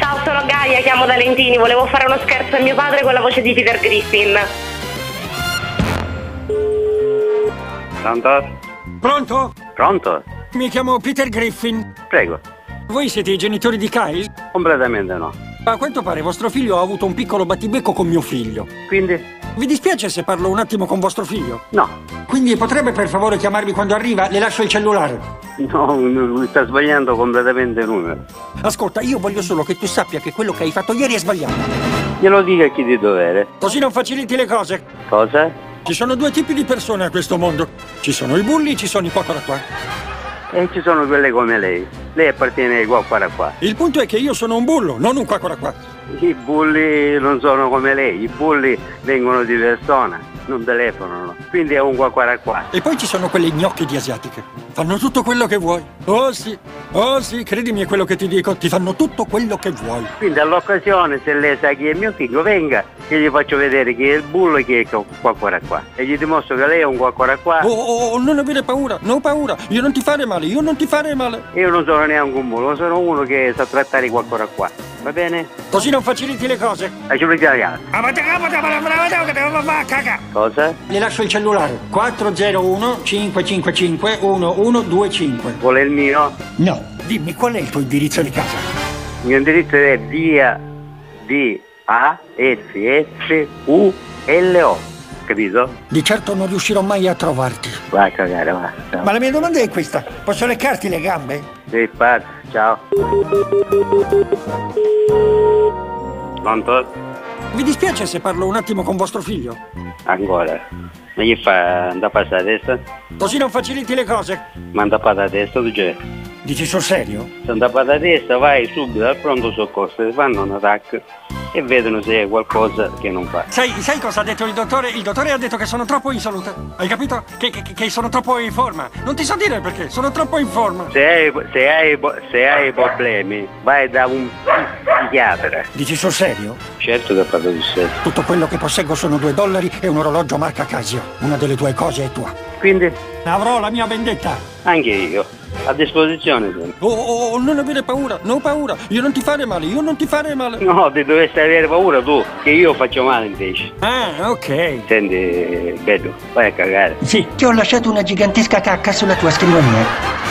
Ciao, sono Gaia, chiamo da Lentini. Volevo fare uno scherzo a mio padre con la voce di Peter Griffin. Pronto? Pronto? Pronto? Mi chiamo Peter Griffin. Prego. Voi siete i genitori di Kyle? Completamente no. A quanto pare vostro figlio ha avuto un piccolo battibecco con mio figlio. Quindi? Vi dispiace se parlo un attimo con vostro figlio? No. Quindi potrebbe per favore chiamarmi quando arriva? Le lascio il cellulare. No, lui sta sbagliando completamente il numero. Ascolta, io voglio solo che tu sappia che quello che hai fatto ieri è sbagliato. Glielo dica a chi di dovere. Così non faciliti le cose. Cosa? Ci sono due tipi di persone a questo mondo. Ci sono i bulli e ci sono i qua. E ci sono quelle come lei. Lei appartiene ai qua. Il punto è che io sono un bullo, non un qua. I bulli non sono come lei. I bulli vengono di persona, non telefonano. Quindi è un qua. E poi ci sono quelle gnocche di asiatiche. Fanno tutto quello che vuoi. Oh sì, credimi è quello che ti dico. Ti fanno tutto quello che vuoi. Quindi all'occasione, se lei sa chi è mio figlio, venga che gli faccio vedere chi è il bullo e chi è il qua. E gli dimostro che lei è un qua. Oh, non avere paura, no paura. Io non ti fare male. Io non sono neanche un bullo, sono uno che sa trattare i qua. Va bene? Così non faciliti le cose. Cosa? Le lascio il cellulare. 401 555 1125. Vuole il mio? No, dimmi qual è il tuo indirizzo di casa. Il mio indirizzo è via DASSULO, capito? Di certo non riuscirò mai a trovarti. Vai a cagare, va. Ciao. Ma la mia domanda è questa. Posso leccarti le gambe? Sì, parte, ciao. Pronto? Vi dispiace se parlo un attimo con vostro figlio? Ancora? Ma gli fa andare a passare la testa? Così non faciliti le cose. Ma andare a passare la testa, tu c'è? Dici sul serio? Se andare a passare la testa, vai subito al pronto soccorso, ti fanno un attacco e vedono se è qualcosa che non fa. Sai cosa ha detto il dottore? Il dottore ha detto che sono troppo in salute. Hai capito? Che sono troppo in forma. Non ti so dire perché, sono troppo in forma. Se hai problemi, vai da un psichiatra. Dici sul serio? Certo che parlo di serio. Tutto quello che posseggo sono $2 e un orologio marca Casio. Una delle due cose è tua. Quindi? Avrò la mia vendetta. Anche io. A disposizione. Oh, non avere paura, no paura. Io non ti fare male. No, ti dovresti avere paura tu, che io faccio male invece. Ah, ok. Senti, Beto, vai a cagare. Sì, ti ho lasciato una gigantesca cacca sulla tua scrivania.